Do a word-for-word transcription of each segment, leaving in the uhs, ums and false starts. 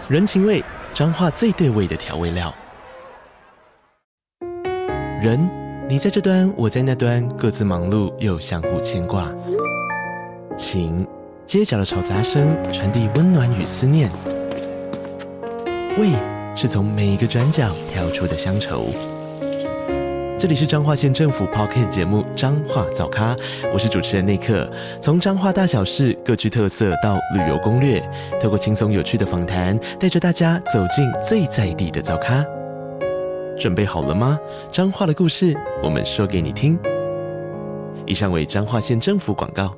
人情味，彰化最对味的调味料。人，你在这端，我在那端，各自忙碌又相互牵挂。情，街角的吵杂声传递温暖与思念。味，是从每一个转角跳出的乡愁。这里是彰化县政府 Podcast 节目《彰化早咖》，我是主持人内克。从彰化大小事各具特色到旅游攻略，透过轻松有趣的访谈，带着大家走进最在地的早咖。准备好了吗？彰化的故事，我们说给你听。以上为彰化县政府广告。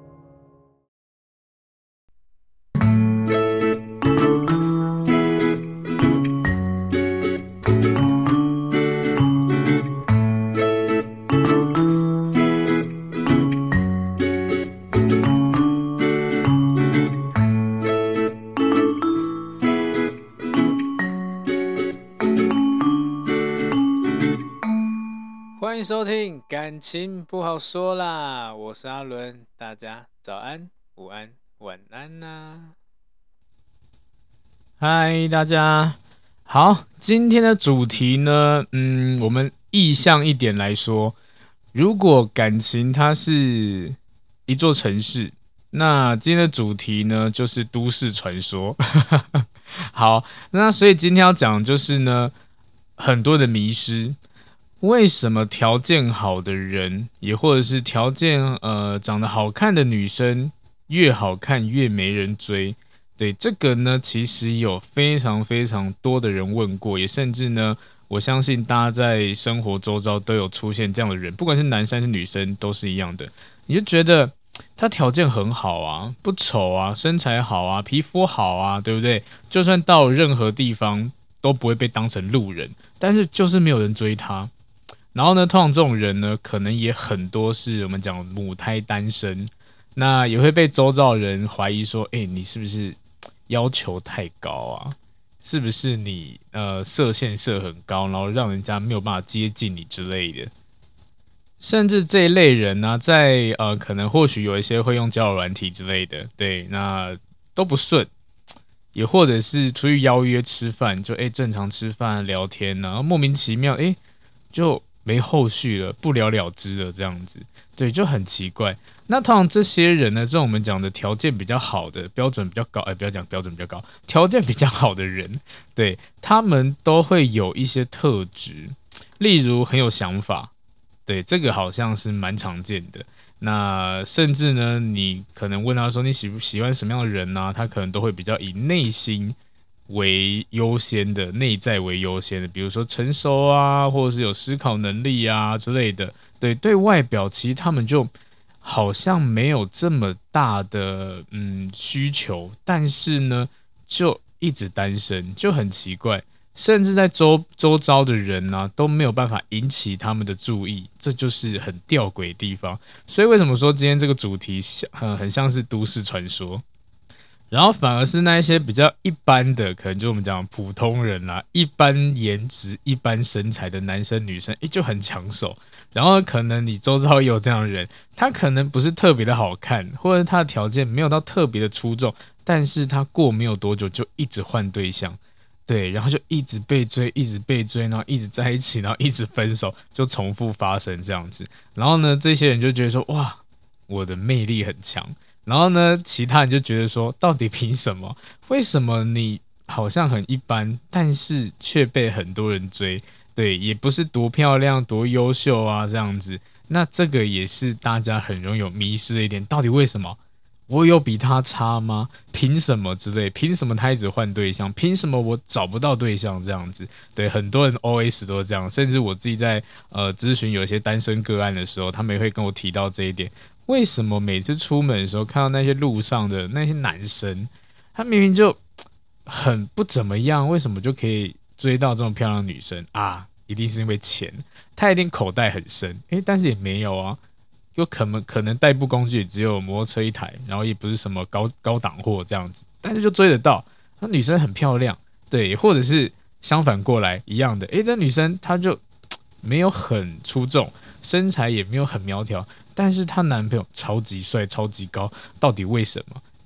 欢迎收听感情不好说啦，我是阿伦，大家早安、午安、晚安呐、啊！嗨，大家好，今天的主题呢，嗯，我们意象一点来说，如果感情它是一座城市，那今天的主题呢就是都市传说。好，那所以今天要讲就是呢，很多的迷失。为什么条件好的人，也或者是条件呃长得好看的女生，越好看越没人追？对，这个呢，其实有非常非常多的人问过，也甚至呢，我相信大家在生活周遭都有出现这样的人，不管是男生还是女生都是一样的。你就觉得他条件很好啊，不丑啊，身材好啊，皮肤好啊，对不对？就算到任何地方都不会被当成路人，但是就是没有人追他。然后呢，通常这种人呢，可能也很多是我们讲母胎单身，那也会被周遭人怀疑说，哎，你是不是要求太高啊？是不是你呃设限设很高，然后让人家没有办法接近你之类的？甚至这一类人呢、啊，在呃可能或许有一些会用交友软体之类的，对，那都不顺。也或者是出去邀约吃饭，就哎正常吃饭聊天，然后莫名其妙哎就没后续了，不了了之了，这样子，对，就很奇怪。那通常这些人呢，这种我们讲的条件比较好的，标准比较高，哎，不要讲标准比较高，条件比较好的人，对，他们都会有一些特质，例如很有想法，对，这个好像是蛮常见的。那甚至呢，你可能问他说你喜不喜欢什么样的人啊，他可能都会比较以内心为优先的，内在为优先的，比如说成熟啊，或者是有思考能力啊之类的。对，对外表其实他们就好像没有这么大的嗯需求，但是呢，就一直单身，就很奇怪。甚至在周周遭的人啊都没有办法引起他们的注意，这就是很吊诡的地方。所以为什么说今天这个主题很很像是都市传说？然后反而是那一些比较一般的，可能就我们讲普通人啦、啊，一般颜值、一般身材的男生女生，诶就很抢手。然后可能你周遭也有这样的人，他可能不是特别的好看，或者他的条件没有到特别的出众，但是他过没有多久就一直换对象，对，然后就一直被追，一直被追，然后一直在一起，然后一直分手，就重复发生这样子。然后呢，这些人就觉得说，哇，我的魅力很强。然后呢，其他人就觉得说，到底凭什么？为什么你好像很一般，但是却被很多人追？对，也不是多漂亮、多优秀啊，这样子。那这个也是大家很容易有迷失的一点。到底为什么？我有比他差吗？凭什么之类？凭什么他一直换对象？凭什么我找不到对象？这样子，对，很多人 O S 都是这样。甚至我自己在呃咨询有些单身个案的时候，他们也会跟我提到这一点。为什么每次出门的时候看到那些路上的那些男生，他明明就很不怎么样，为什么就可以追到这种漂亮的女生啊？一定是因为钱，他一定口袋很深，诶，但是也没有啊，有可能可能代步工具只有摩托车一台，然后也不是什么高高档货这样子，但是就追得到，那女生很漂亮，对，或者是相反过来一样的，诶，这女生她就没有很出众，身材也没有很苗条，但是她男朋友超级帅、超级高，到底为什么？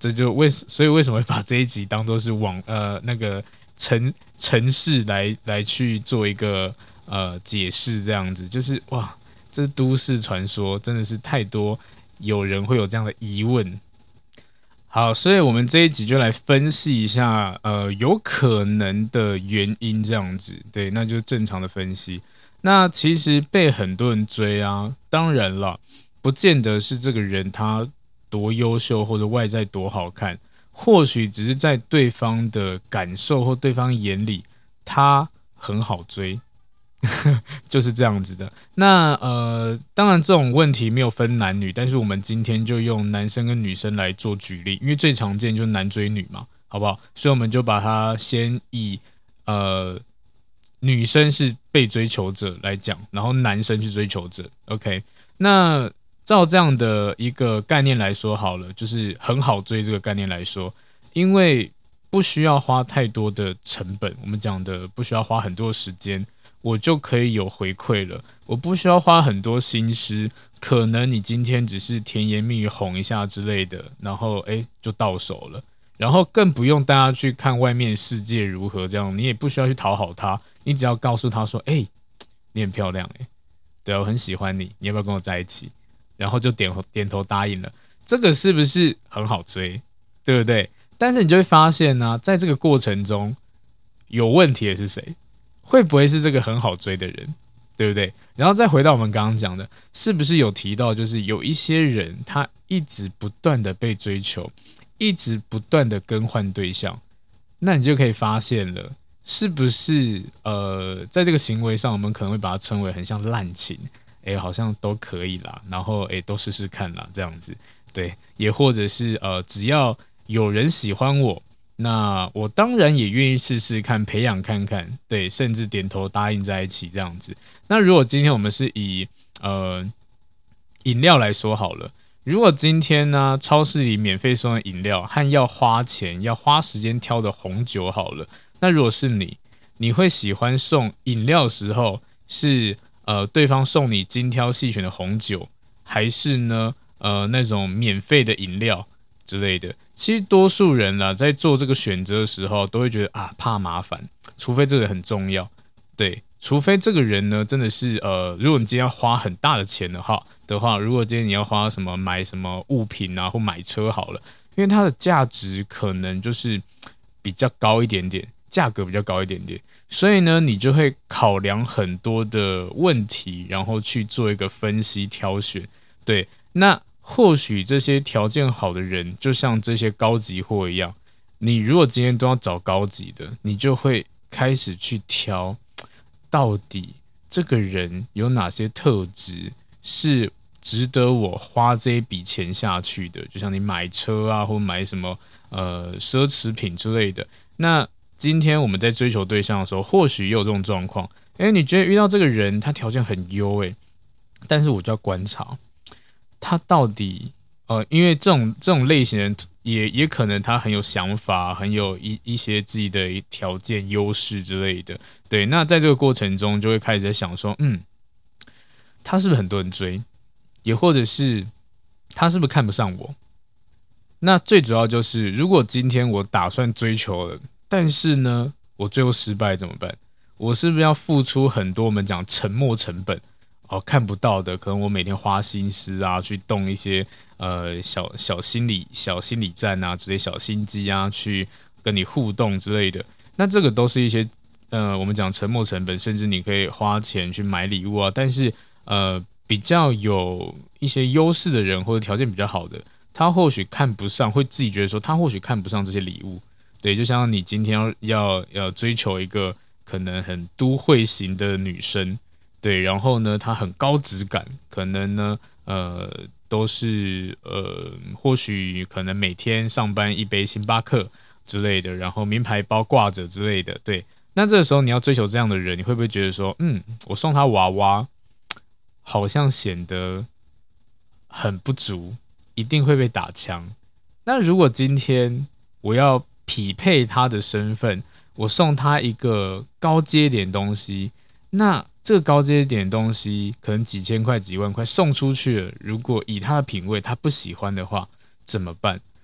这就为所以为什么会把这一集当作是网呃那个城城市来来去做一个呃解释，这样子就是哇，这都市传说真的是太多，有人会有这样的疑问。好，所以我们这一集就来分析一下，呃，有可能的原因这样子，对，那就是正常的分析。那其实被很多人追啊，当然了，不见得是这个人他多优秀或者外在多好看，或许只是在对方的感受或对方眼里，他很好追。就是这样子的。那呃，当然这种问题没有分男女，但是我们今天就用男生跟女生来做举例，因为最常见就是男追女嘛，好不好？所以我们就把它先以呃女生是被追求者来讲，然后男生是追求者。OK， 那照这样的一个概念来说好了，就是很好追这个概念来说，因为不需要花太多的成本，我们讲的不需要花很多时间。我就可以有回馈了，我不需要花很多心思，可能你今天只是甜言蜜语哄一下之类的，然后哎就到手了，然后更不用大家去看外面世界如何，这样你也不需要去讨好他，你只要告诉他说，哎，你很漂亮哎，对啊，我很喜欢你，你要不要跟我在一起？然后就点点头答应了，这个是不是很好追？对不对？但是你就会发现呢、啊，在这个过程中有问题的是谁？会不会是这个很好追的人，对不对？然后再回到我们刚刚讲的，是不是有提到，就是有一些人他一直不断的被追求，一直不断的更换对象，那你就可以发现了，是不是呃，在这个行为上，我们可能会把它称为很像滥情，哎，好像都可以啦，然后哎，都试试看啦，这样子，对，也或者是呃，只要有人喜欢我。那我当然也愿意试试看，培养看看，对，甚至点头答应在一起这样子。那如果今天我们是以呃饮料来说好了，如果今天呢超市里免费送的饮料和要花钱、要花时间挑的红酒好了，那如果是你，你会喜欢送饮料的时候是呃对方送你精挑细选的红酒，还是呢呃那种免费的饮料？之类的，其实多数人啦，在做这个选择的时候，都会觉得啊怕麻烦，除非这个很重要，对，除非这个人呢真的是呃，如果你今天要花很大的钱的话的话，如果今天你要花什么买什么物品啊，或买车好了，因为它的价值可能就是比较高一点点，价格比较高一点点，所以呢，你就会考量很多的问题，然后去做一个分析挑选，对，那。或许这些条件好的人，就像这些高级货一样，你如果今天都要找高级的，你就会开始去挑，到底这个人有哪些特质是值得我花这一笔钱下去的？就像你买车啊，或买什么呃奢侈品之类的。那今天我们在追求对象的时候，或许也有这种状况。哎，你觉得遇到这个人，他条件很优，哎，但是我就要观察。他到底呃，因为这种这种类型的人也也可能他很有想法，很有一一些自己的条件优势之类的，对。那在这个过程中，就会开始在想说，嗯，他是不是很多人追？也或者是他是不是看不上我？那最主要就是，如果今天我打算追求了，但是呢，我最后失败怎么办？我是不是要付出很多我们讲沉没成本？哦，看不到的，可能我每天花心思啊，去动一些呃小小心理、小心理战啊，之类小心机啊，去跟你互动之类的。那这个都是一些呃，我们讲沉没成本，甚至你可以花钱去买礼物啊。但是呃，比较有一些优势的人或者条件比较好的，他或许看不上，会自己觉得说他或许看不上这些礼物。对，就像你今天要要要追求一个可能很都会型的女生。对，然后呢，它很高质感，可能呢，呃，都是呃，或许可能每天上班一杯星巴克之类的，然后名牌包挂着之类的。对，那这个时候你要追求这样的人，你会不会觉得说，嗯，我送他娃娃，好像显得很不足，一定会被打枪？那如果今天我要匹配他的身份，我送他一个高阶点东西，那这个高阶点东西可能几千块几万块送出去了，如果以他的品味他不喜欢的话怎么办？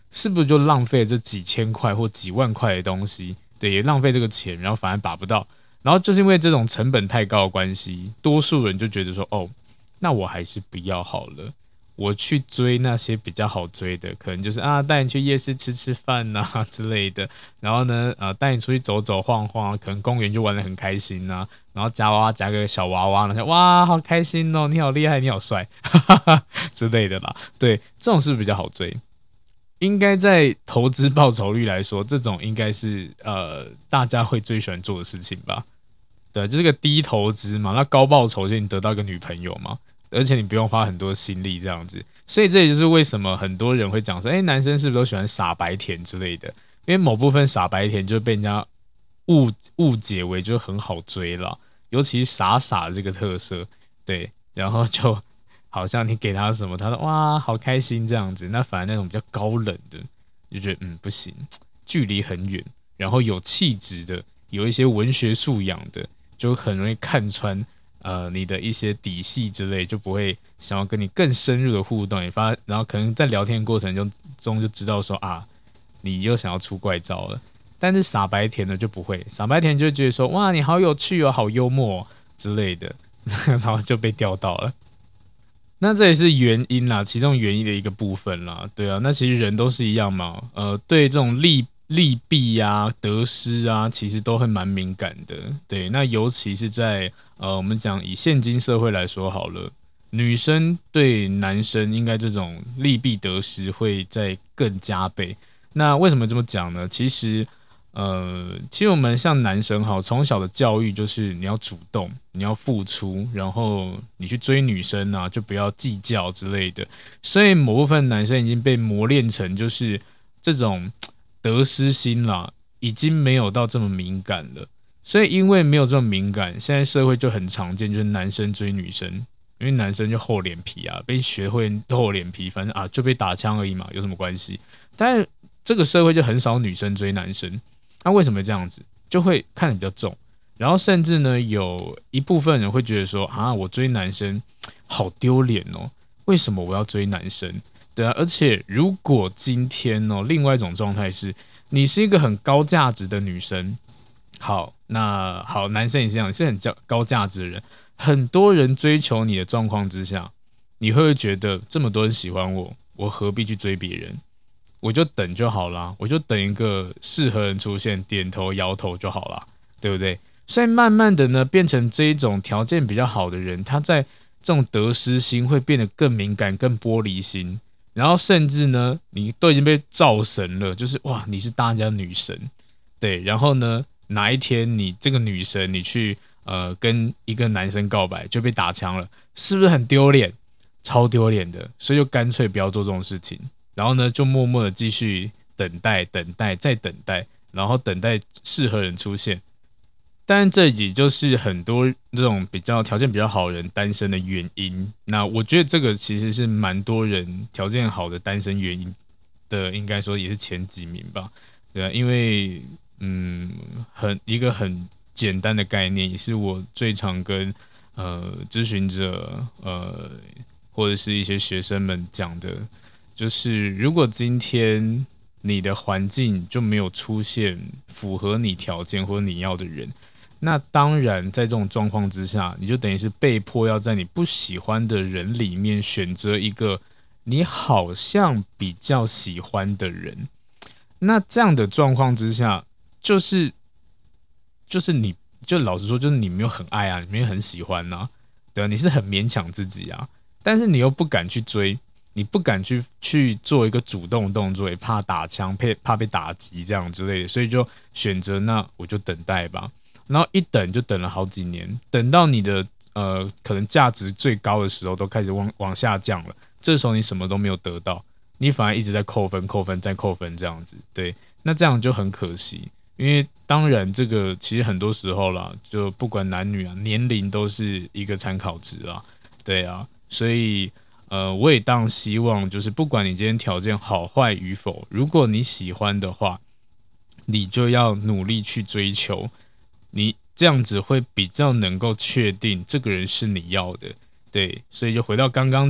是不是就浪费了这几千块或几万块的东西？对，也浪费这个钱，然后反而把不到。然后就是因为这种成本太高的关系，多数人就觉得说，哦，那我还是不要好了。我去追那些比较好追的，可能就是啊，带你去夜市吃吃饭啊之类的，然后呢，呃，带你出去走走晃晃，可能公园就玩得很开心啊，然后夹娃娃夹个小娃娃，然后哇，好开心哦，你好厉害，你好帅，哈哈哈之类的啦。对，这种是不是比较好追？应该在投资报酬率来说，这种应该是呃大家会最喜欢做的事情吧？对，就是个低投资嘛，那高报酬就你得到一个女朋友嘛。而且你不用花很多心力这样子，所以这也就是为什么很多人会讲说，哎、欸，男生是不是都喜欢傻白甜之类的？因为某部分傻白甜就被人家误误解为就很好追啦，尤其傻傻这个特色，对，然后就好像你给他什么，他说哇好开心这样子，那反而那种比较高冷的，就觉得嗯不行，距离很远，然后有气质的，有一些文学素养的，就很容易看穿。呃，你的一些底细之类，就不会想要跟你更深入的互动，也发，然后可能在聊天的过程中中就知道说啊，你又想要出怪招了。但是傻白甜的就不会，傻白甜就觉得说哇，你好有趣哦，好幽默、哦、之类的，然后就被钓到了。那这也是原因啦，其中原因的一个部分啦，对啊，那其实人都是一样嘛，呃，对这种利利弊啊、得失啊，其实都会蛮敏感的。对，那尤其是在呃，我们讲以现今社会来说好了，女生对男生应该这种利弊得失会再更加倍。那为什么这么讲呢？其实，呃，其实我们像男生哈，从小的教育就是你要主动，你要付出，然后你去追女生啊，就不要计较之类的。所以某部分男生已经被磨练成就是这种。得失心啦，已经没有到这么敏感了，所以因为没有这么敏感，现在社会就很常见，就是男生追女生，因为男生就厚脸皮啊，被学会厚脸皮，反正啊就被打枪而已嘛，有什么关系？但是这个社会就很少女生追男生，那、啊、为什么这样子？就会看得比较重，然后甚至呢，有一部分人会觉得说啊，我追男生好丢脸哦，为什么我要追男生？对啊，而且如果今天哦，另外一种状态是，你是一个很高价值的女生，好，那好，男生也是这样，你是很高价值的人，很多人追求你的状况之下，你会不会觉得这么多人喜欢我，我何必去追别人？我就等就好啦，我就等一个适合人出现，点头摇头就好啦，对不对？所以慢慢的呢，变成这一种条件比较好的人，他在这种得失心会变得更敏感、更玻璃心。然后甚至呢，你都已经被造神了，就是哇，你是大家女神，对。然后呢，哪一天你这个女神，你去呃跟一个男生告白就被打枪了，是不是很丢脸？超丢脸的，所以就干脆不要做这种事情。然后呢，就默默的继续等待、等待、再等待，然后等待适合人出现。但这也就是很多这种比较条件比较好的人单身的原因。那我觉得这个其实是蛮多人条件好的单身原因的，应该说也是前几名吧。对啊，因为嗯，很一个很简单的概念，也是我最常跟呃咨询者呃或者是一些学生们讲的，就是如果今天你的环境就没有出现符合你条件或者你要的人。那当然，在这种状况之下，你就等于是被迫要在你不喜欢的人里面选择一个你好像比较喜欢的人。那这样的状况之下，就是就是你就老实说，就是你没有很爱啊，你没有很喜欢啊，对啊，你是很勉强自己啊，但是你又不敢去追，你不敢去去做一个主动动作，也怕打枪，怕被打击这样之类的，所以就选择那我就等待吧。然后一等就等了好几年，等到你的呃可能价值最高的时候，都开始往往下降了。这时候你什么都没有得到，你反而一直在扣分、扣分、再扣分这样子。对，那这样就很可惜。因为当然这个其实很多时候啦，就不管男女啊，年龄都是一个参考值啦。对啊，所以呃，我也当然希望就是不管你今天条件好坏与否，如果你喜欢的话，你就要努力去追求。你这样子会比较能够确定这个人是你要的，对，所以就回到刚刚的，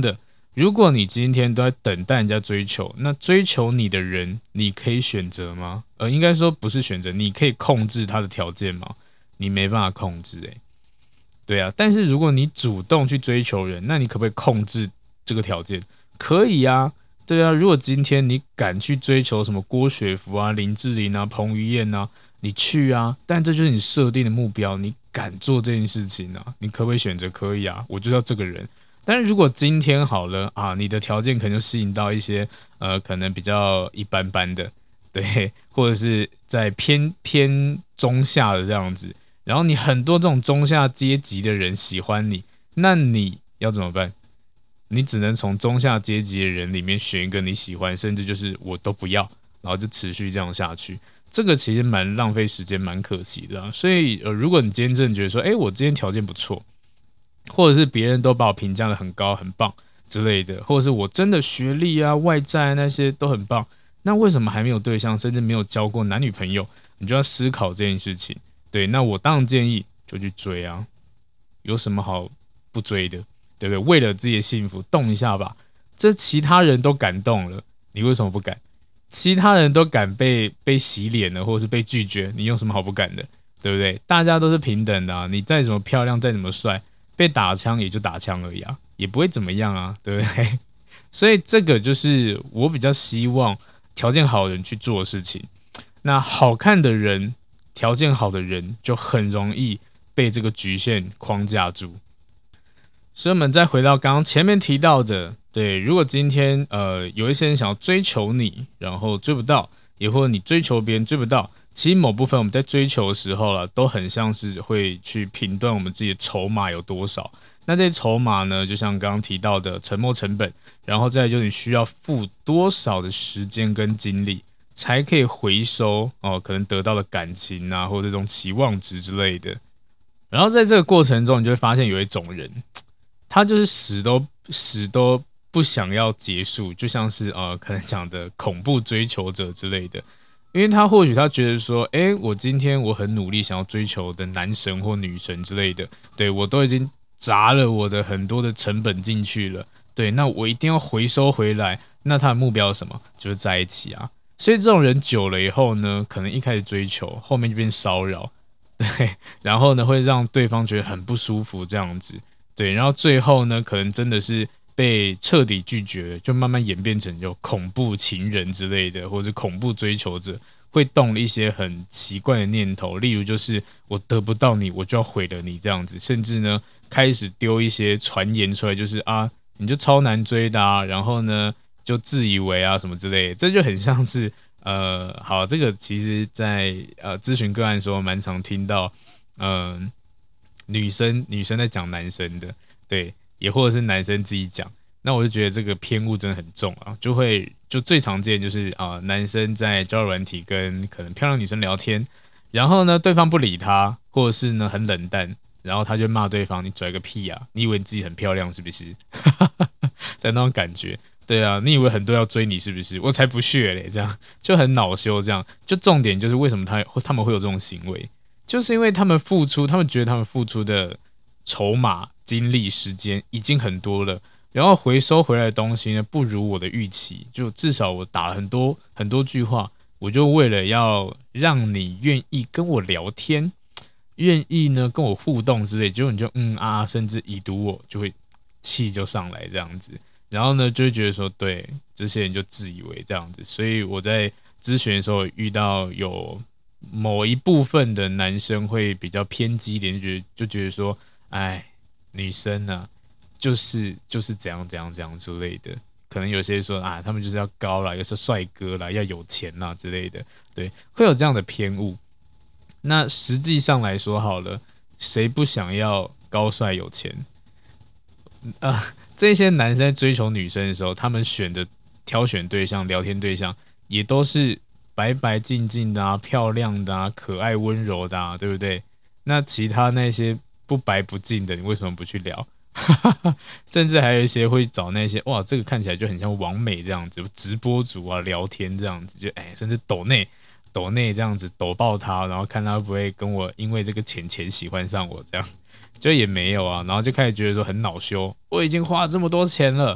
如果你今天都在等待人家追求，那追求你的人，你可以选择吗？呃，应该说不是选择，你可以控制他的条件吗？你没办法控制、欸，对啊。但是如果你主动去追求人，那你可不可以控制这个条件？可以啊，对啊。如果今天你敢去追求什么郭雪芙啊、林志玲啊、彭于晏啊，你去啊，但这就是你设定的目标，你敢做这件事情啊？你可不可以选择？可以啊，我就要这个人。但是如果今天好了啊，你的条件可能就吸引到一些呃，可能比较一般般的，对，或者是在偏偏中下的这样子，然后你很多这种中下阶级的人喜欢你，那你要怎么办？你只能从中下阶级的人里面选一个你喜欢，甚至就是我都不要，然后就持续这样下去。这个其实蛮浪费时间，蛮可惜的啊。所以呃，如果你今天真的觉得说，哎，我今天条件不错。或者是别人都把我评价的很高很棒之类的，或者是我真的学历啊、外在那些都很棒，那为什么还没有对象，甚至没有交过男女朋友？你就要思考这件事情。对，那我当然建议就去追啊，有什么好不追的？对不对？为了自己的幸福，动一下吧。这其他人都敢动了，你为什么不敢？其他人都敢被被洗脸了，或者是被拒绝，你有什么好不敢的？对不对？大家都是平等的啊，你再怎么漂亮，再怎么帅。被打枪也就打枪而已啊，也不会怎么样啊，对不对？所以这个就是我比较希望条件好的人去做的事情。那好看的人、条件好的人就很容易被这个局限框架住。所以我们再回到刚刚前面提到的，对，如果今天呃有一些人想要追求你，然后追不到，也或者你追求别人追不到。其实某部分我们在追求的时候啦，都很像是会去评断我们自己的筹码有多少。那这些筹码呢，就像刚刚提到的沉没成本，然后再来就是你需要付多少的时间跟精力，才可以回收哦，可能得到的感情啊，或者这种期望值之类的。然后在这个过程中，你就会发现有一种人，他就是死都死都不想要结束，就像是呃可能讲的恐怖追求者之类的。因为他或许他觉得说，哎，我今天我很努力想要追求的男神或女神之类的，对，我都已经砸了我的很多的成本进去了，对，那我一定要回收回来。那他的目标是什么？就是在一起啊。所以这种人久了以后呢，可能一开始追求，后面就变骚扰，对，然后呢会让对方觉得很不舒服这样子，对，然后最后呢可能真的是被彻底拒绝，就慢慢演变成有恐怖情人之类的，或者是恐怖追求者，会动一些很奇怪的念头，例如就是我得不到你，我就要毁了你这样子，甚至呢开始丢一些传言出来，就是啊你就超难追的啊，然后呢就自以为啊什么之类的，这就很像是呃好，这个其实在呃咨询个案的时候蛮常听到，嗯、呃、女生女生在讲男生的，对。也或者是男生自己讲，那我就觉得这个偏误真的很重啊，就会就最常见就是啊、呃，男生在交友软体跟可能漂亮女生聊天，然后呢对方不理他，或者是呢很冷淡，然后他就骂对方你拽个屁啊，你以为你自己很漂亮是不是？在那种感觉，对啊，你以为很多要追你是不是？我才不屑嘞，这样就很恼羞，这样就重点就是为什么他他们会有这种行为，就是因为他们付出，他们觉得他们付出的筹码。精力时间已经很多了，然后回收回来的东西呢，不如我的预期。就至少我打了很多很多句话，我就为了要让你愿意跟我聊天，愿意呢跟我互动之类，结果你就嗯啊，甚至已读我，就会气就上来这样子。然后呢，就会觉得说，对这些人就自以为这样子。所以我在咨询的时候遇到有某一部分的男生会比较偏激一点，就觉得就觉得说，哎。女生啊，就是就是怎样怎样怎样之类的，可能有些人说啊，他们就是要高啦，有些帅哥啦，要有钱啦之类的，对，会有这样的偏误。那实际上来说好了，谁不想要高帅有钱？啊、呃，这些男生在追求女生的时候，他们选的挑选对象、聊天对象，也都是白白净净的啊、漂亮的啊、可爱温柔的啊，对不对？那其他那些。不白不净的，你为什么不去聊？甚至还有一些会找那些哇，这个看起来就很像网美这样子，直播主啊聊天这样子，就哎，甚至抖内抖内这样子抖爆他，然后看他会不会跟我因为这个钱钱喜欢上我这样，就也没有啊，然后就开始觉得说很恼羞，我已经花了这么多钱了，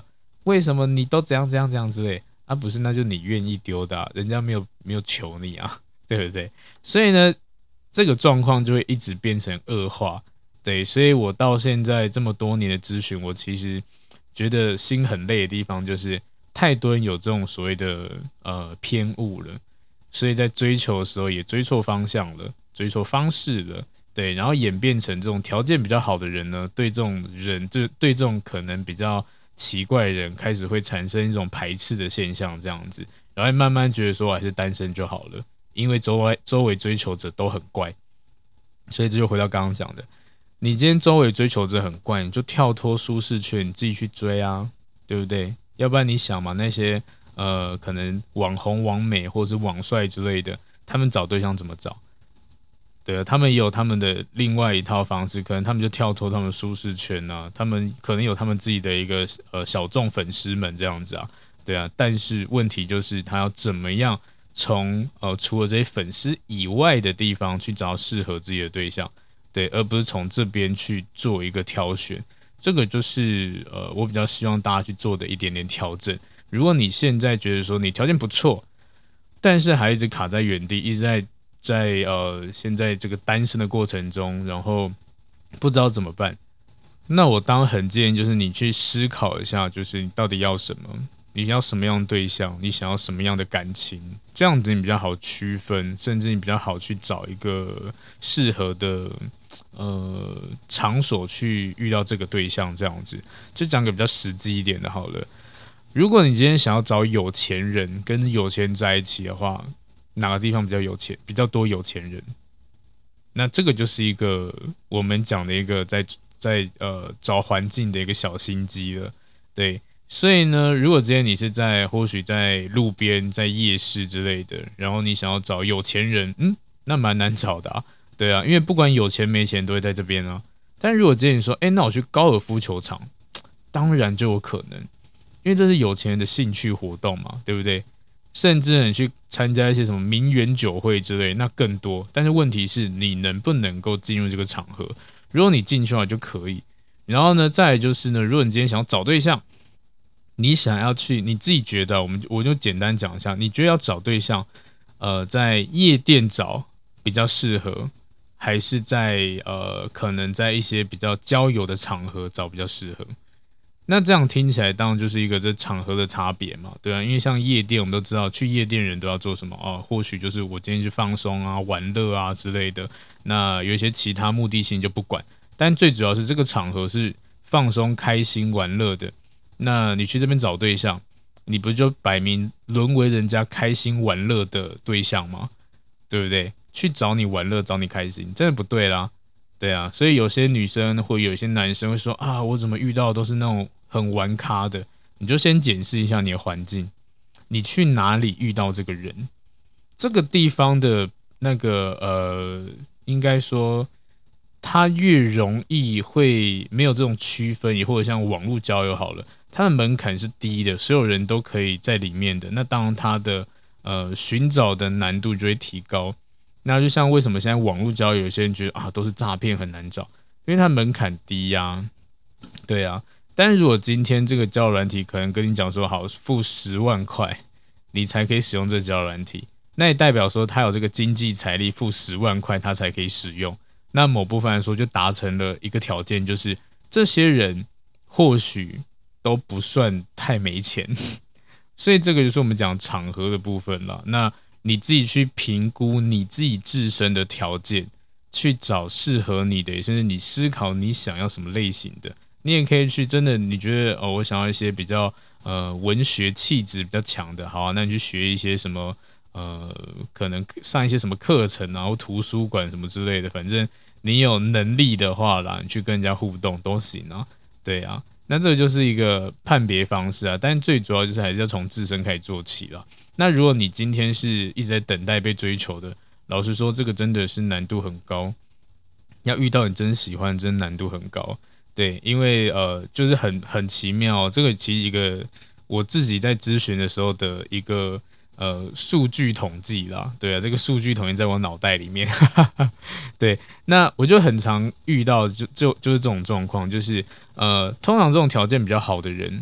为什么你都怎样怎样怎样之类啊？不是，那就你愿意丢的、啊，人家没有没有求你啊，对不对？所以呢，这个状况就会一直变成恶化。对，所以我到现在这么多年的咨询，我其实觉得心很累的地方就是太多人有这种所谓的呃偏误了，所以在追求的时候也追错方向了，追错方式了，对，然后演变成这种条件比较好的人呢，对这种人就对这种可能比较奇怪的人开始会产生一种排斥的现象，这样子，然后慢慢觉得说还是单身就好了，因为周围周围追求者都很怪，所以这就回到刚刚讲的。你今天周围追求者很怪，你就跳脱舒适圈，你自己去追啊，对不对？要不然你想嘛，那些呃可能网红、网美或者是网帅之类的，他们找对象怎么找？对啊，他们也有他们的另外一套方式，可能他们就跳脱他们的舒适圈啊，他们可能有他们自己的一个呃小众粉丝们这样子啊，对啊。但是问题就是他要怎么样从呃除了这些粉丝以外的地方去找适合自己的对象。对，而不是从这边去做一个挑选，这个就是呃，我比较希望大家去做的一点点调整。如果你现在觉得说你条件不错，但是还一直卡在原地，一直在在呃现在这个单身的过程中，然后不知道怎么办，那我当然很建议就是你去思考一下，就是你到底要什么，你要什么样的对象，你想要什么样的感情，这样子你比较好区分，甚至你比较好去找一个适合的呃场所去遇到这个对象，这样子就讲个比较实际一点的好了。如果你今天想要找有钱人跟有钱人在一起的话，哪个地方比较有钱，比较多有钱人？那这个就是一个我们讲的一个在在呃找环境的一个小心机了，对。所以呢，如果今天你是在或许在路边、在夜市之类的，然后你想要找有钱人，嗯，那蛮难找的啊，对啊，因为不管有钱没钱都会在这边啊。但如果今天你说，哎，那我去高尔夫球场，当然就有可能，因为这是有钱人的兴趣活动嘛，对不对？甚至你去参加一些什么名媛酒会之类，那更多。但是问题是你能不能够进入这个场合？如果你进去的话就可以。然后呢，再来就是呢，如果你今天想要找对象，你想要去，你自己觉得，我们我就简单讲一下，你觉得要找对象，呃，在夜店找比较适合，还是在呃可能在一些比较交友的场合找比较适合？那这样听起来当然就是一个这场合的差别嘛，对啊，因为像夜店，我们都知道去夜店人都要做什么哦，或许就是我今天去放松啊、玩乐啊之类的。那有一些其他目的性就不管，但最主要是这个场合是放松、开心、玩乐的。那你去这边找对象，你不就摆明沦为人家开心玩乐的对象吗？对不对？去找你玩乐，找你开心，真的不对啦。对啊，所以有些女生或有一些男生会说啊，我怎么遇到的都是那种很玩咖的？你就先检视一下你的环境，你去哪里遇到这个人，这个地方的那个呃，应该说它越容易会没有这种区分，也或者像网络交友好了，它的门槛是低的，所有人都可以在里面的，那当然它的呃寻找的难度就会提高。那就像为什么现在网络交友有些人觉得啊都是诈骗很难找，因为它门槛低呀、啊，对啊。但是如果今天这个交友软体可能跟你讲说好付十万块，你才可以使用这个交友软体，那也代表说他有这个经济财力付十万块他才可以使用。那某部分来说就达成了一个条件，就是这些人或许都不算太没钱，所以这个就是我们讲场合的部分了。那你自己去评估你自己自身的条件，去找适合你的，甚至你思考你想要什么类型的。你也可以去真的，你觉得哦，我想要一些比较呃文学气质比较强的，好啊，那你去学一些什么呃，可能上一些什么课程啊，或图书馆什么之类的，反正你有能力的话啦，你去跟人家互动都行啊，对啊。那这个就是一个判别方式啊，但最主要就是还是要从自身开始做起啦。那如果你今天是一直在等待被追求的，老实说，这个真的是难度很高，要遇到你真喜欢，真难度很高。对，因为呃，就是很很奇妙，这个其实一个我自己在咨询的时候的一个呃数据统计啦，对啊，这个数据统计在我脑袋里面，对，那我就很常遇到就就就是这种状况，就是呃，通常这种条件比较好的人，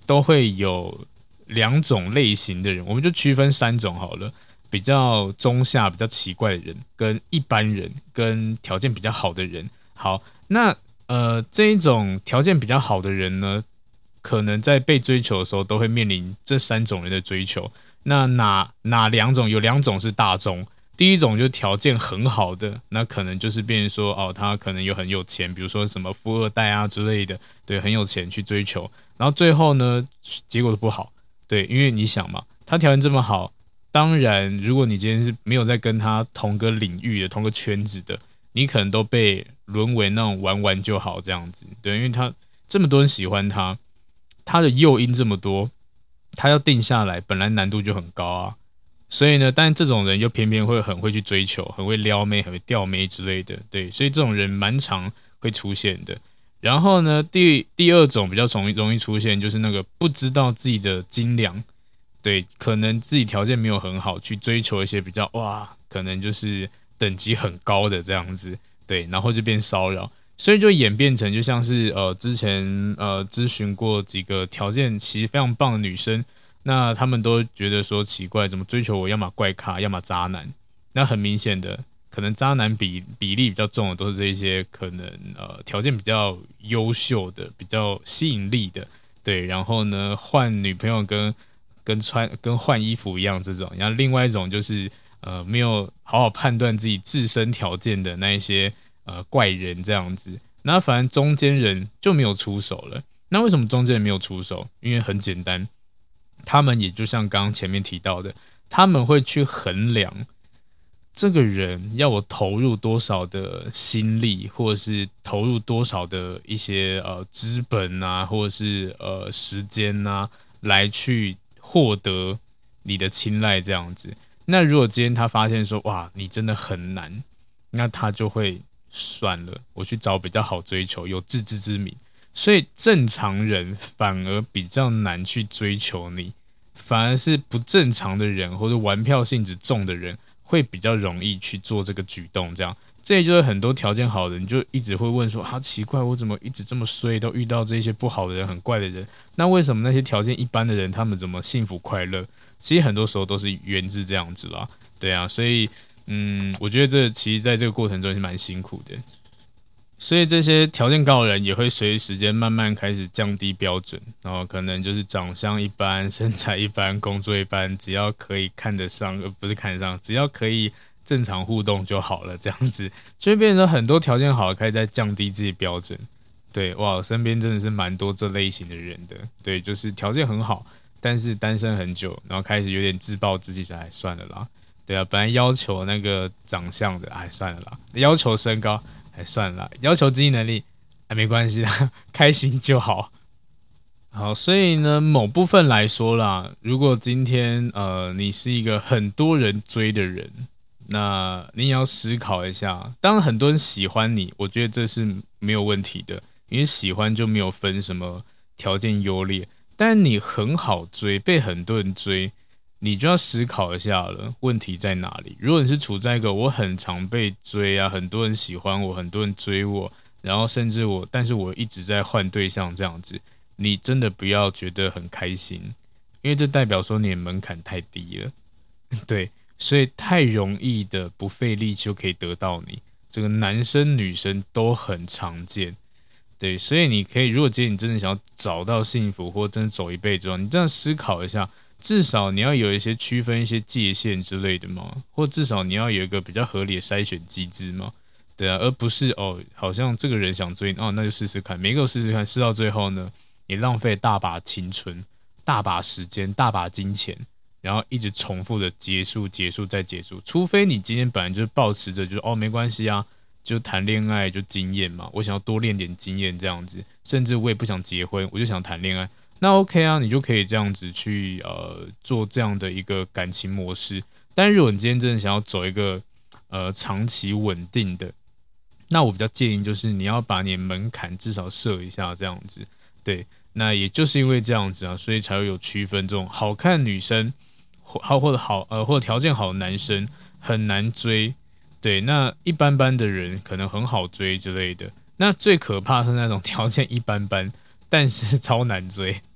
都会有两种类型的人，我们就区分三种好了。比较中下、比较奇怪的人，跟一般人，跟条件比较好的人。好，那呃这一种条件比较好的人呢，可能在被追求的时候都会面临这三种人的追求。那哪哪两种？有两种是大众。第一种就是条件很好的，那可能就是变成说哦，他可能有很有钱，比如说什么富二代啊之类的，对，很有钱去追求，然后最后呢，结果都不好，对，因为你想嘛，他条件这么好。当然，如果你今天是没有在跟他同个领域的、同个圈子的，你可能都被沦为那种玩玩就好这样子，对，因为他这么多人喜欢他，他的诱因这么多，他要定下来本来难度就很高啊，所以呢，但这种人又偏偏会很会去追求，很会撩妹、很会钓妹之类的，对，所以这种人蛮常会出现的。然后呢，第第二种比较容易容易出现，就是那个不知道自己的斤两。对，可能自己条件没有很好，去追求一些比较哇，可能就是等级很高的这样子，对，然后就变骚扰，所以就演变成就像是呃之前呃咨询过几个条件其实非常棒的女生，那他们都觉得说奇怪，怎么追求我要么怪咖，要么渣男，那很明显的，可能渣男比比例比较重的都是这一些可能呃条件比较优秀的、比较吸引力的，对，然后呢换女朋友跟跟穿跟换衣服一样这种，然后另外一种就是呃没有好好判断自己自身条件的那一些呃怪人这样子，那反正中间人就没有出手了。那为什么中间人没有出手？因为很简单，他们也就像刚刚前面提到的，他们会去衡量这个人要我投入多少的心力，或者是投入多少的一些呃资本啊，或者是呃时间啊，来去获得你的青睐这样子。那如果今天他发现说哇你真的很难，那他就会算了，我去找比较好追求有自知之明。所以正常人反而比较难去追求你，反而是不正常的人或者玩票性质重的人会比较容易去做这个举动这样。这也就是很多条件好的人就一直会问说好奇怪，我怎么一直这么衰，都遇到这些不好的人很怪的人，那为什么那些条件一般的人他们怎么幸福快乐？其实很多时候都是源自这样子啦，对啊，所以嗯，我觉得这其实在这个过程中是蛮辛苦的，所以这些条件高的人也会随着时间慢慢开始降低标准，然后可能就是长相一般、身材一般、工作一般，只要可以看得上，呃，不是看得上，只要可以正常互动就好了，这样子就会变成很多条件好的开始在降低自己标准。对，哇，我身边真的是蛮多这类型的人的，对，就是条件很好，但是单身很久，然后开始有点自暴自弃，就哎算了啦。对啊，本来要求那个长相的，哎算了啦，要求身高。哎，算了啦，要求经济能力，哎，没关系啦，开心就好。好，所以呢，某部分来说啦，如果今天呃你是一个很多人追的人，那你也要思考一下。当然，很多人喜欢你，我觉得这是没有问题的，因为喜欢就没有分什么条件优劣。但你很好追，被很多人追。你就要思考一下了，问题在哪里？如果你是处在一个我很常被追啊，很多人喜欢我，很多人追我，然后甚至我，但是我一直在换对象这样子，你真的不要觉得很开心，因为这代表说你的门槛太低了，对，所以太容易的不费力就可以得到你，这个男生女生都很常见。对，所以你可以，如果今天你真的想要找到幸福，或真的走一辈子，你这样思考一下。至少你要有一些区分一些界限之类的嘛，或至少你要有一个比较合理的筛选机制嘛，对啊，而不是哦，好像这个人想追哦，那就试试看，每个试试看，试到最后呢，你浪费大把青春、大把时间、大把金钱，然后一直重复的结束、结束再结束，除非你今天本来就是抱持着就是哦没关系啊，就谈恋爱就经验嘛，我想要多练点经验这样子，甚至我也不想结婚，我就想谈恋爱。那 OK 啊，你就可以这样子去呃做这样的一个感情模式。但如果你今天真的想要走一个呃长期稳定的，那我比较建议就是你要把你的门槛至少设一下这样子。对，那也就是因为这样子啊，所以才会有区分这种好看女生，或或者好呃或者条件好的男生很难追，对，那一般般的人可能很好追之类的。那最可怕的是那种条件一般般，但是超难追。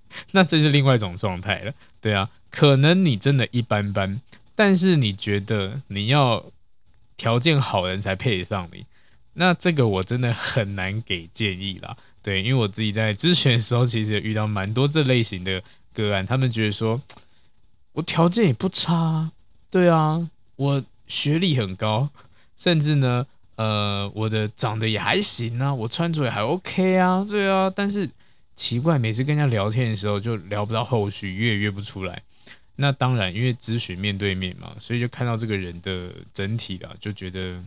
那这是另外一种状态了。对啊，可能你真的一般般，但是你觉得你要条件好人才配得上你，那这个我真的很难给建议啦。对，因为我自己在咨询的时候，其实也遇到蛮多这类型的个案，他们觉得说我条件也不差啊，对啊，我学历很高，甚至呢，呃，我的长得也还行啊，我穿着也还 OK 啊，对啊，但是奇怪，每次跟人家聊天的时候就聊不到后续，约也约不出来。那当然，因为咨询面对面嘛，所以就看到这个人的整体啦，就觉得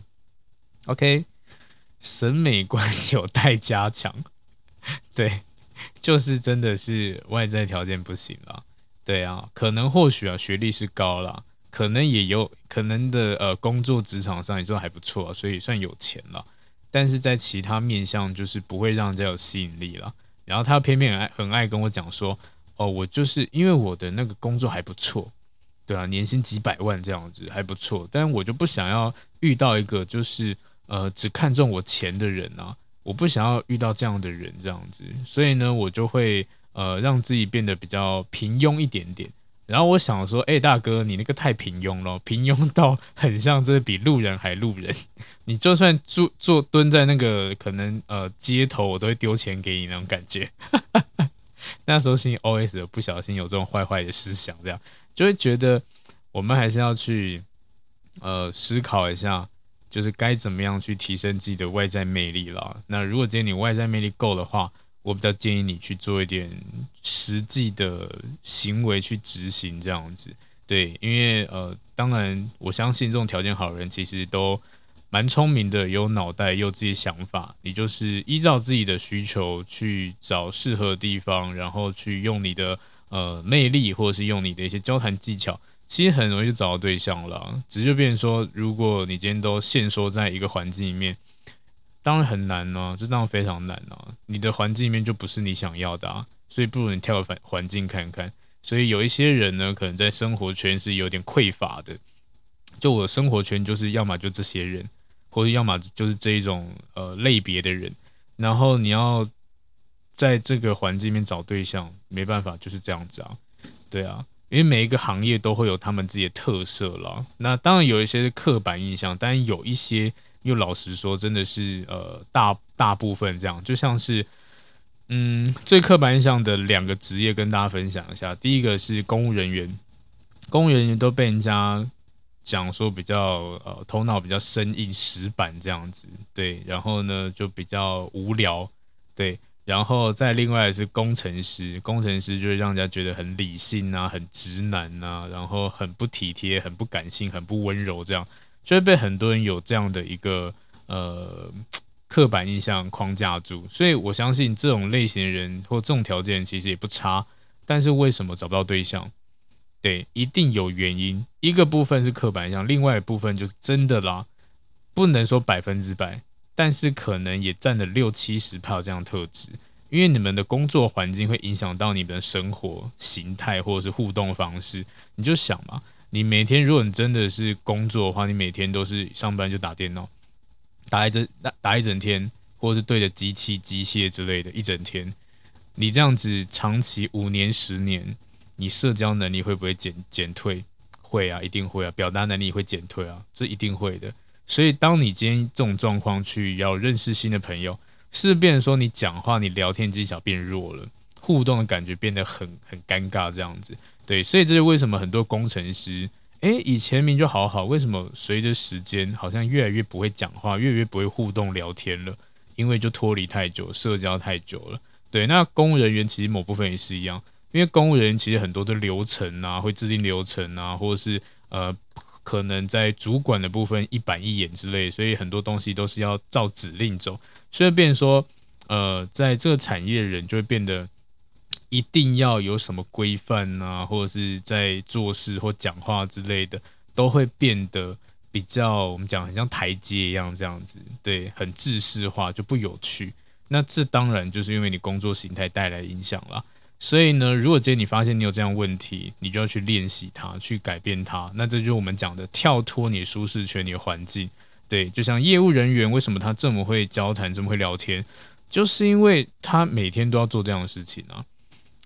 OK， 审美观有待加强。对，就是真的是外在条件不行啦。对啊，可能或许啊学历是高啦，可能也有可能的呃工作职场上也做得还不错啊，所以算有钱啦。但是在其他面向就是不会让人家有吸引力啦。然后他偏偏很爱很爱跟我讲说，哦，我就是因为我的那个工作还不错，对啊，年薪几百万这样子还不错，但我就不想要遇到一个就是呃只看重我钱的人啊，我不想要遇到这样的人这样子，所以呢，我就会呃让自己变得比较平庸一点点。然后我想说，哎、欸，大哥，你那个太平庸了，平庸到很像真的比路人还路人。你就算坐坐蹲在那个可能呃街头，我都会丢钱给你那种感觉。那时候心里 O S 不小心有这种坏坏的思想，这样就会觉得我们还是要去呃思考一下，就是该怎么样去提升自己的外在魅力啦。那如果今天你外在魅力够的话，我比较建议你去做一点实际的行为去执行这样子。对，因为呃，当然我相信这种条件好的人其实都蛮聪明的，有脑袋，有自己的想法。你就是依照自己的需求去找适合的地方，然后去用你的呃魅力，或者是用你的一些交谈技巧，其实很容易就找到对象了。只是就变成说，如果你今天都限缩在一个环境里面，当然很难啊，这当然非常难啊。你的环境里面就不是你想要的啊，所以不如你跳个环境看看。所以有一些人呢，可能在生活圈是有点匮乏的。就我的生活圈就是要么就这些人，或者要么就是这一种呃类别的人。然后你要在这个环境里面找对象，没办法，就是这样子啊。对啊，因为每一个行业都会有他们自己的特色啦。那当然有一些是刻板印象，但有一些又老实说，真的是呃大大部分这样，就像是嗯最刻板印象的两个职业跟大家分享一下。第一个是公务人员，公务人员都被人家讲说比较呃头脑比较生硬死板这样子，对，然后呢就比较无聊，对。然后再另外是工程师，工程师就会让人家觉得很理性啊，很直男啊，然后很不体贴，很不感性，很不温柔，这样就会被很多人有这样的一个呃刻板印象框架住。所以我相信这种类型的人或这种条件其实也不差，但是为什么找不到对象？对，一定有原因。一个部分是刻板印象，另外一部分就是真的啦，不能说百分之百。但是可能也占了六七十%这样的特质，因为你们的工作环境会影响到你们的生活形态或者是互动方式。你就想嘛，你每天如果你真的是工作的话，你每天都是上班就打电脑，打一整打一整天，或者是对着机器、机械之类的一整天，你这样子长期五年、十年，你社交能力会不会减减退？会啊，一定会啊，表达能力会减退啊，这一定会的。所以当你今天这种状况去要认识新的朋友，是不是变成说你讲话你聊天技巧变弱了，互动的感觉变得很很尴尬这样子。对，所以这是为什么很多工程师诶以前明就好好，为什么随着时间好像越来越不会讲话，越来越不会互动聊天了？因为就脱离太久，社交太久了。对，那公务人员其实某部分也是一样，因为公务人员其实很多的流程啊，会制定流程啊，或者是呃可能在主管的部分一板一眼之类，所以很多东西都是要照指令走，所以变成说，呃，在这个产业的人就会变得一定要有什么规范啊，或者是在做事或讲话之类的，都会变得比较我们讲很像台阶一样这样子，对，很制式化，就不有趣。那这当然就是因为你工作形态带来的影响啦。所以呢，如果今天你发现你有这样的问题，你就要去练习它，去改变它。那这就是我们讲的跳脱你的舒适圈、你的环境。对，就像业务人员，为什么他这么会交谈、这么会聊天，就是因为他每天都要做这样的事情啊。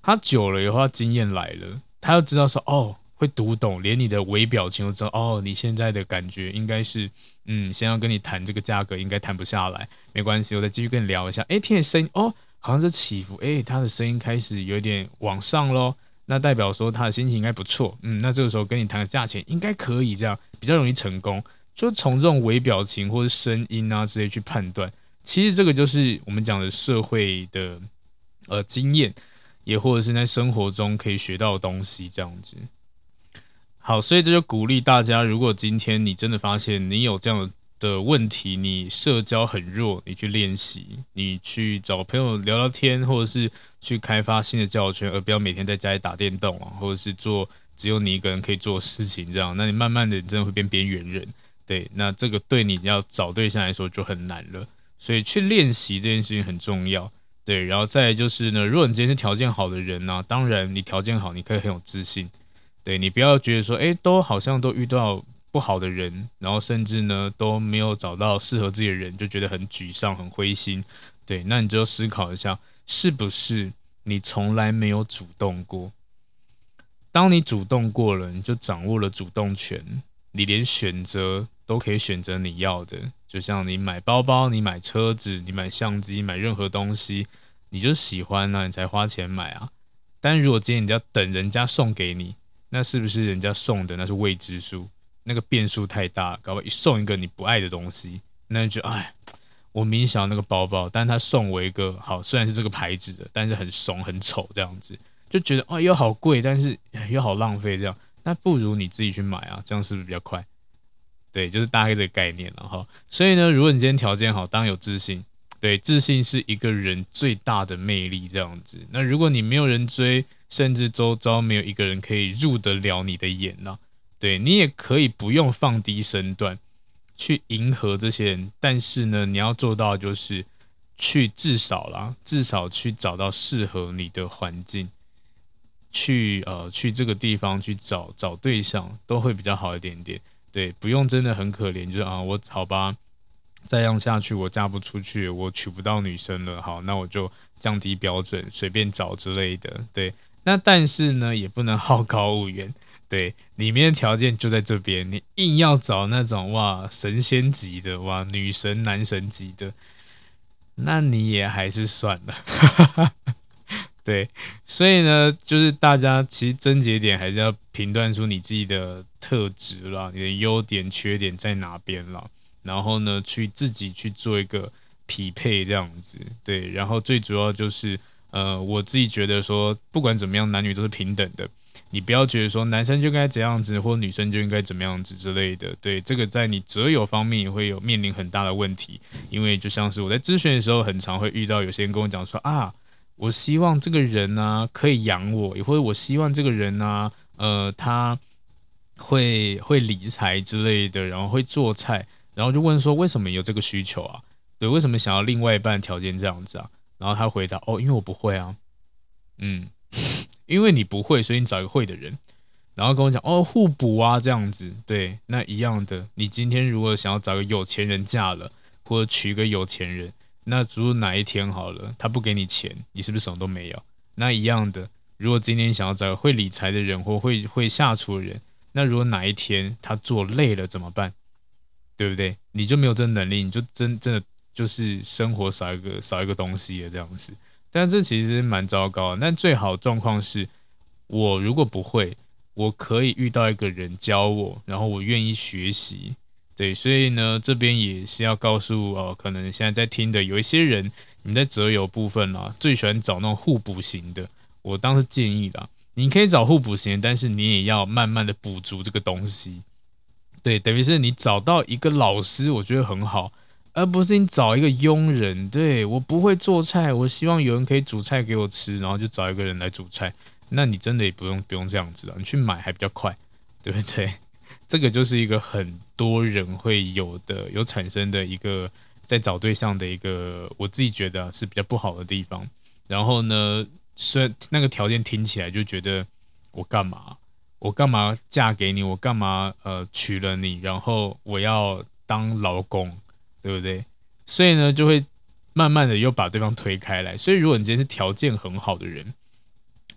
他久了以后，他经验来了，他要知道说哦。会读懂，连你的微表情都知道哦，你现在的感觉应该是，嗯，先要跟你谈这个价格，应该谈不下来，没关系，我再继续跟你聊一下。哎，听你声音哦，好像是起伏，哎，他的声音开始有点往上咯，那代表说他的心情应该不错，嗯，那这个时候跟你谈个价钱应该可以，这样比较容易成功。就从这种微表情或者声音啊之类去判断，其实这个就是我们讲的社会的呃经验，也或者是在生活中可以学到的东西，这样子。好，所以这就鼓励大家，如果今天你真的发现你有这样的问题，你社交很弱，你去练习，你去找朋友聊聊天，或者是去开发新的交友圈，而不要每天在家里打电动啊，或者是做只有你一个人可以做的事情，这样，那你慢慢的你真的会变边缘人。对，那这个对你要找对象来说就很难了，所以去练习这件事情很重要。对，然后再来就是呢，如果你今天是条件好的人呢、啊，当然你条件好，你可以很有自信。对，你不要觉得说，哎，都好像都遇到不好的人，然后甚至呢都没有找到适合自己的人，就觉得很沮丧、很灰心。对，那你就思考一下，是不是你从来没有主动过？当你主动过了，你就掌握了主动权，你连选择都可以选择你要的。就像你买包包、你买车子、你买相机、买任何东西，你就喜欢啊，你才花钱买啊。但如果今天你要等人家送给你，那是不是人家送的那是未知数？那个变数太大，搞不好一送一个你不爱的东西，那你就哎，我明明想要那个包包，但他送我一个好，虽然是这个牌子的，但是很怂很丑这样子，就觉得哦又好贵，但是又好浪费这样，那不如你自己去买啊，这样是不是比较快？对，就是大概这个概念了哈。所以呢，如果你今天条件好，当然有自信。对，自信是一个人最大的魅力，这样子。那如果你没有人追，甚至周遭没有一个人可以入得了你的眼呢、啊？对，你也可以不用放低身段去迎合这些人，但是呢，你要做到就是去至少啦，至少去找到适合你的环境，去呃去这个地方去找找对象，都会比较好一点点。对，不用真的很可怜，就是啊，我好吧。再这样下去，我嫁不出去，我娶不到女生了。好，那我就降低标准，随便找之类的。对，那但是呢，也不能好高骛远。对，里面的条件就在这边，你硬要找那种哇神仙级的，哇女神男神级的，那你也还是算了。对，所以呢，就是大家其实症结点还是要评断出你自己的特质啦，你的优点、缺点在哪边啦。然后呢，去自己去做一个匹配这样子，对。然后最主要就是，呃，我自己觉得说，不管怎么样，男女都是平等的。你不要觉得说男生就该怎样子，或女生就应该怎么样子之类的。对，这个在你择友方面也会有面临很大的问题，因为就像是我在咨询的时候，很常会遇到有些人跟我讲说啊，我希望这个人啊可以养我，也或者我希望这个人啊，呃，他会会理财之类的，然后会做菜。然后就问说为什么有这个需求啊？对，为什么想要另外一半条件这样子啊？然后他回答哦，因为我不会啊，嗯，因为你不会，所以你找一个会的人。然后跟我讲哦，互补啊这样子，对，那一样的，你今天如果想要找个有钱人嫁了，或者娶个有钱人，那如果哪一天好了，他不给你钱，你是不是什么都没有？那一样的，如果今天想要找个会理财的人或会会下厨的人，那如果哪一天他做累了怎么办？对不对？你就没有这能力，你就真真的就是生活少一个少一个东西了这样子。但这其实蛮糟糕的。但最好的状况是，我如果不会，我可以遇到一个人教我，然后我愿意学习。对，所以呢，这边也是要告诉呃，可能现在在听的有一些人，你们在择友部分啦，最喜欢找那种互补型的。我当时建议啦，你可以找互补型的，但是你也要慢慢的补足这个东西。对，等于是你找到一个老师，我觉得很好，而不是你找一个佣人。对，我不会做菜，我希望有人可以煮菜给我吃，然后就找一个人来煮菜。那你真的也不用不用这样子了，你去买还比较快，对不对？这个就是一个很多人会有的、有产生的一个在找对象的一个，我自己觉得是比较不好的地方。然后呢，虽然那个条件听起来就觉得我干嘛？我干嘛嫁给你？我干嘛呃娶了你？然后我要当劳工，对不对？所以呢，就会慢慢的又把对方推开来。所以如果你今天是条件很好的人，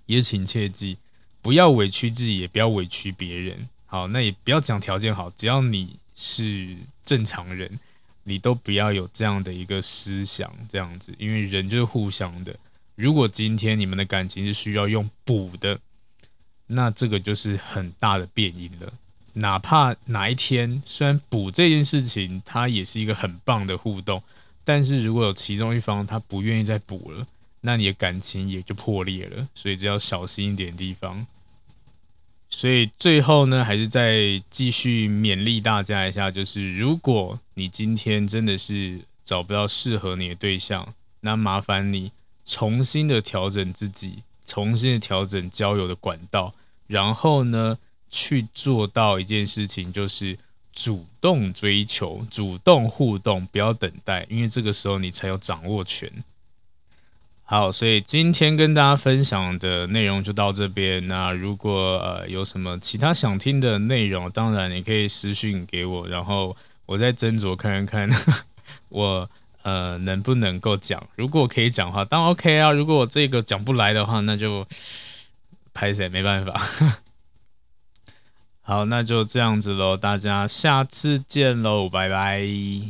也请切记，不要委屈自己，也不要委屈别人。好，那也不要讲条件好，只要你是正常人，你都不要有这样的一个思想，这样子，因为人就是互相的。如果今天你们的感情是需要用补的，那这个就是很大的变因了。哪怕哪一天，虽然补这件事情它也是一个很棒的互动，但是如果有其中一方他不愿意再补了，那你的感情也就破裂了。所以只要小心一点的地方。所以最后呢，还是再继续勉励大家一下，就是如果你今天真的是找不到适合你的对象，那麻烦你重新的调整自己，重新的调整交友的管道，然后呢，去做到一件事情，就是主动追求、主动互动，不要等待，因为这个时候你才有掌握权。好，所以今天跟大家分享的内容就到这边。那如果呃有什么其他想听的内容，当然你可以私讯给我，然后我再斟酌看看看我呃能不能够讲。如果我可以讲的话，当然 OK 啊。如果我这个讲不来的话，那就拍谁没办法。好，那就这样子咯，大家下次见咯，拜拜。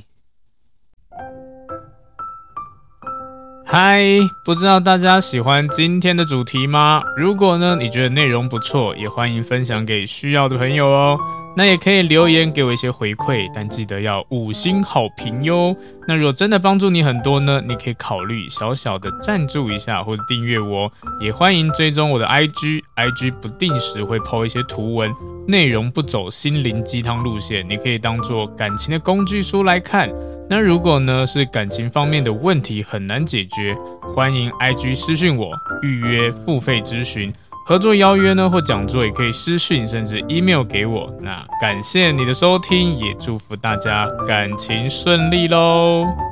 嗨，不知道大家喜欢今天的主题吗？如果呢你觉得内容不错，也欢迎分享给需要的朋友哦。那也可以留言给我一些回馈，但记得要五星好评哟。那如果真的帮助你很多呢，你可以考虑小小的赞助一下或者订阅我，也欢迎追踪我的 I G，I G 不定时会 po 一些图文，内容不走心灵鸡汤路线，你可以当做感情的工具书来看。那如果呢是感情方面的问题很难解决，欢迎 I G 私讯我预约付费咨询，合作邀约呢或讲座也可以私讯甚至 email 给我。那感谢你的收听，也祝福大家感情顺利咯。